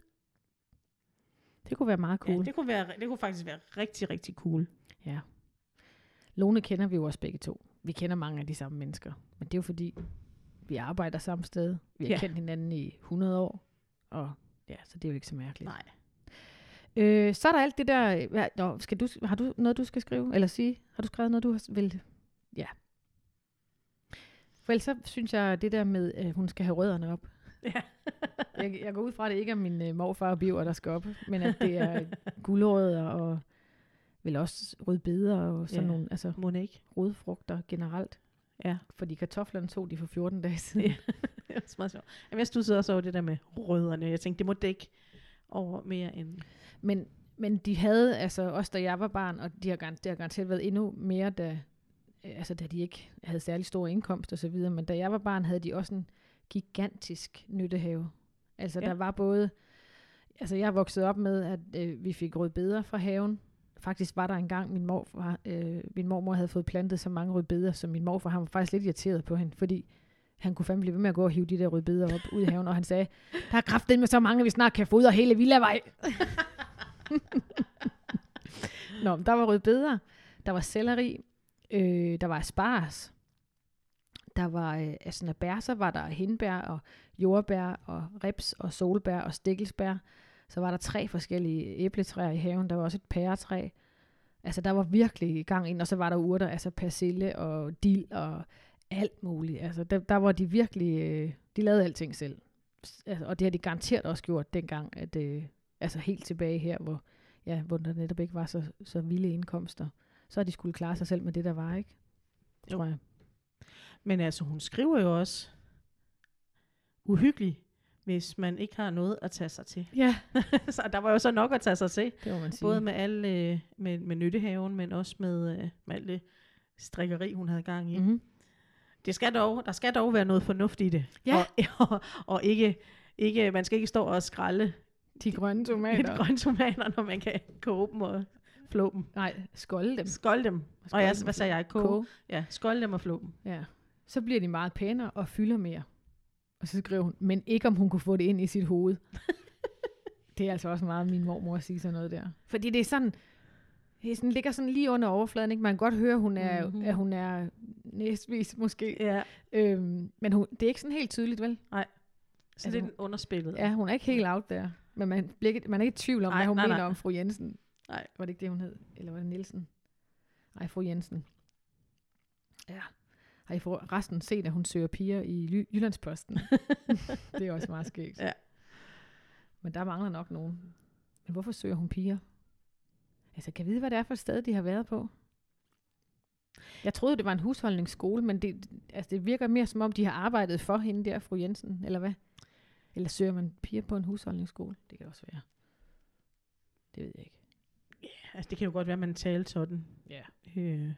Det kunne være meget cool. Ja, det kunne, være, det kunne faktisk være rigtig, rigtig cool. Ja. Lone kender vi jo også begge to. Vi kender mange af de samme mennesker. Men det er jo fordi, vi arbejder samme sted. Vi har Ja. kendt hinanden i hundrede år. Og ja, så det er jo ikke så mærkeligt. Nej. Øh, så er der alt det der... Hvad, nå, skal du, har du noget, du skal skrive? Eller sige? Har du skrevet noget, du har, vil? Ja. For ellers så synes jeg, det der med, at hun skal have rødderne op. Ja. jeg, jeg går ud fra, at det ikke er min øh, morfar og biver, der skal op. Men at det er gulerødder og vel også rødbeder og sådan Ja. nogle altså, Monique. rodfrugter generelt. Ja. Fordi kartoflerne tog de for fjorten dage siden. Ja. Det er også meget sjovt. Jamen, jeg studsede også over det der med rødderne. Jeg tænkte, det må dække over mere end... Men, men de havde, altså også da jeg var barn, og de har, garant, det har garanteret været endnu mere, da, øh, altså, da de ikke havde særlig stor indkomst og så videre, men da jeg var barn, havde de også en gigantisk nyttehave. Altså Ja. der var både, altså jeg voksede op med, at øh, vi fik rødbeder fra haven. Faktisk var der engang, min morfar, øh, min mormor havde fået plantet så mange rødbeder, så min morfar, han var faktisk lidt irriteret på hende, fordi han kunne fandme blive ved med at gå og hive de der rødbeder op ud i haven, og han sagde, der er kraftedeme med så mange, vi snart kan fodre hele Villavej. Nå, der var rødbeder, der var selleri, øh, der var asparges, der var øh, altså af bær, så var der hindbær og jordbær og rips og solbær og stikkelsbær. Så var der tre forskellige æbletræer i haven, der var også et pæretræ. Altså der var virkelig gang ind, og så var der urter, altså persille og dild og alt muligt. Altså der, der var de virkelig, øh, de lavede alting selv. Altså, og det har de garanteret også gjort dengang, at øh, altså helt tilbage her, hvor, ja, hvor der netop ikke var så, så vilde indkomster. Så har de skulle klare sig selv med det, der var, ikke? Tror jeg. Men altså, hun skriver jo også uhyggeligt, hvis man ikke har noget at tage sig til. Ja, Så der var jo så nok at tage sig til. det må man sige. Både med, alle, øh, med, med nyttehaven, men også med, øh, med alt det strikkeri, hun havde gang i. Mm. Mm-hmm. Det skal dog, der skal dog være noget fornuft i det. Ja. Og, og, og ikke, ikke, man skal ikke stå og skrælle De grønne lidt tomater. grønne tomater, når man kan koge dem og flå dem. Nej, skolde dem. Skål dem. Skål Og jeg, dem hvad sagde jeg? Koge. Koge. Ja, skål dem og flå dem. Ja. Så bliver de meget pænere og fylder mere. Og så skriver hun, men ikke om hun kunne få det ind i sit hoved. Det er altså også meget min mormor at sige sådan noget der. Fordi det er sådan, det er sådan, ligger sådan lige under overfladen, ikke? Man kan godt høre, hun er, mm-hmm. at hun er næstvis måske. Ja. Øhm, men hun, det er ikke sådan helt tydeligt, vel? Nej. Så altså, det er den underspillet. Ja, hun er ikke helt out der. Men man, bliver, man er ikke i tvivl om, nej, hvad hun nej, mener nej. om fru Jensen. Nej. Var det ikke det, hun hed? Eller var det Nielsen? Nej, fru Jensen. Ja. Har I for resten set, at hun søger piger i Ly- Jyllandsposten? Det er også meget skægt. Ja. Men der mangler nok nogen. Men hvorfor søger hun piger? Altså, kan jeg vide, hvad det er for et sted, de har været på? Jeg troede, det var en husholdningsskole, men det, altså, det virker mere som om, de har arbejdet for hende der, fru Jensen, eller hvad? Eller søger man piger på en husholdningsskole? Det kan også være. Det ved jeg ikke. Ja, altså det kan jo godt være, at man talte sådan. Ja. Øh.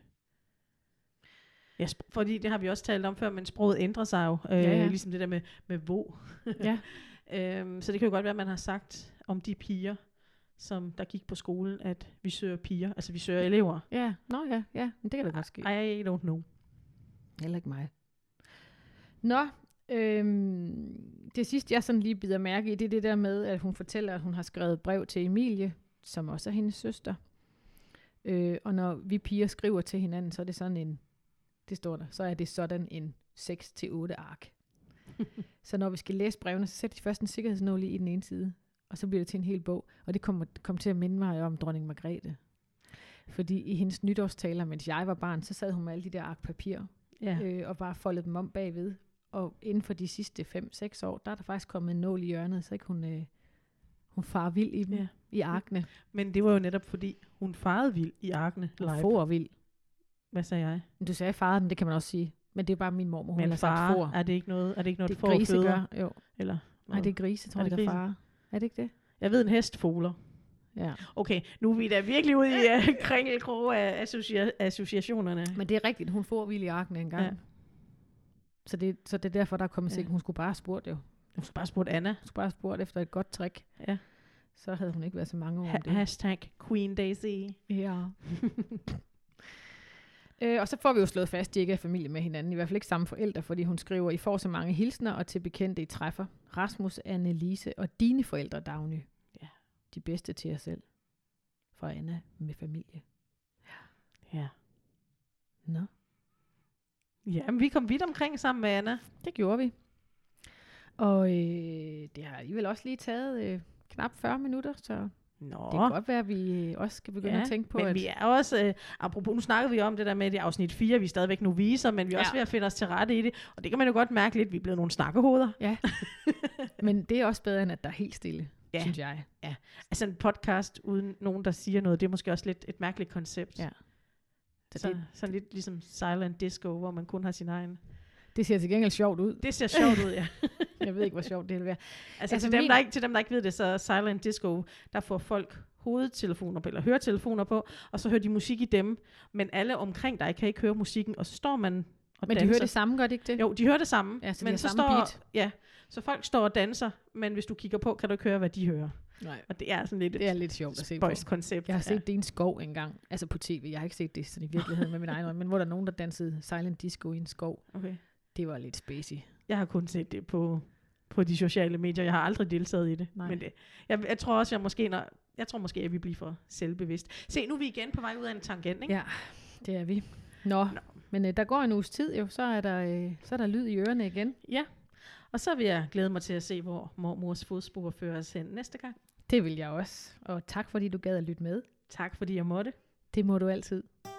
Ja, sp- fordi det har vi også talt om før, men sproget ændrer sig jo. Øh, Ja, ja. Ligesom det der med, med vo. Ja. øhm, så det kan jo godt være, at man har sagt om de piger, som der gik på skolen, at vi søger piger. Altså vi søger elever. Ja, nå ja, ja. Men det kan da godt ske. I don't know. Heller ikke mig. Nå, øhm, det sidste, jeg sådan lige bider mærke i, det er det der med, at hun fortæller, at hun har skrevet brev til Emilie, som også er hendes søster. Øh, og når vi piger skriver til hinanden, så er det sådan en, det står der, så er det sådan en seks til otte ark. Så når vi skal læse brevene, så sætter de først en sikkerhedsnål i den ene side, og så bliver det til en hel bog. Og det kommer, kommer til at minde mig om dronning Margrethe. Fordi i hendes nytårstaler, mens jeg var barn, så sad hun med alle de der ark papir, Ja. øh, og bare foldede dem om bagved. Og inden for de sidste fem seks år, der er der faktisk kommet en nål i hjørnet, så ikke hun, øh, hun farer vild i dem, Ja. i arkene. Men det var jo netop fordi, hun farede vild i arkene Hun live. får vild. Hvad sagde jeg? Men du sagde farede, men det kan man også sige. Men det er bare min mormor, hun Men har sagt far, for. er det ikke noget, er det ikke noget, Det får grise føder? gør, jo. Eller Nej, det er grise, tror Er jeg, det der grise? farer. Er det ikke det? Jeg ved en hest fogler. Ja. Okay, nu er vi da virkelig ude i uh, kringelkroge af associa- associationerne. Men det er rigtigt, hun får vild i arkene engang. Ja. Så, det, så det er derfor, der er kommet Ja. sikkert. Hun skulle bare have spurgt jo. Du skulle bare spurgt Anna. Hun skulle bare have spurgt efter et godt trick. Ja. Så havde hun ikke været så mange år Ha- om det. hashtag Queen Daisy. Ja. øh, og så får vi jo slået fast, at de ikke er familie med hinanden. I hvert fald ikke samme forældre, fordi hun skriver, I får så mange hilsner og til bekendte I træffer. Rasmus, Annelise og dine forældre, Dagny. Ja. De bedste til jer selv. Fra Anna med familie. Ja. Nå, Ja, men vi kom vidt omkring sammen med Anna. det gjorde vi. Og øh, det har alligevel også lige taget øh, knap fyrre minutter, så Nå. det kan godt være, at vi øh, også skal begynde ja, at tænke på, men at vi er også, øh, apropos, nu snakkede vi om det der med, at i afsnit fire, vi er stadigvæk noviser, men vi er Ja. også ved at finde os til rette i det, og det kan man jo godt mærke lidt, vi er blevet nogle snakkehoveder. ja. Men det er også bedre, end at der er helt stille, Ja. synes jeg. Altså en podcast uden nogen, der siger noget, det er måske også lidt et mærkeligt koncept. Ja. Så, Så så det- sådan lidt ligesom silent disco, hvor man kun har sin egen. Det ser til gengæld sjovt ud. Det ser sjovt ud, ja. Jeg ved ikke, hvor sjovt det vil være. Altså, Altså, altså til, dem, min- der ikke, til dem, der ikke ved det, så silent disco, der får folk hovedtelefoner på, eller høretelefoner på, og så hører de musik i dem, men alle omkring dig kan ikke høre musikken, og så står man og Men danser. de hører det samme, gør de ikke det? Jo, de hører det samme, Ja, så de men har så samme står, beat. ja, så folk står og danser, men hvis du kigger på, kan du ikke høre, hvad de hører. Nej. Og det er sådan lidt Det er lidt sjovt at se på. spøjst koncept. Jeg har set det i en skov engang, altså på tv. Jeg har ikke set det sådan i virkeligheden med min egen øjne, men hvor der er nogen, der dansede silent disco i en skov. Ja. Okay. Det var lidt spacey. Jeg har kun set det på, på de sociale medier. Jeg har aldrig deltaget i det. Nej. Men det, jeg, jeg tror også, jeg måske, når, jeg tror måske, at vi bliver for selvbevidst. Se, nu er vi igen på vej ud af en tangent, ikke? Ja, det er vi. Nå, Nå. men øh, der går en uges tid jo, så er, der, øh, så er der lyd i ørerne igen. Ja. Og så vil jeg glæde mig til at se, hvor mormors fodspor fører os hen næste gang. Det vil jeg også. Og tak fordi du gad at lytte med. Tak fordi jeg måtte. Det må du altid.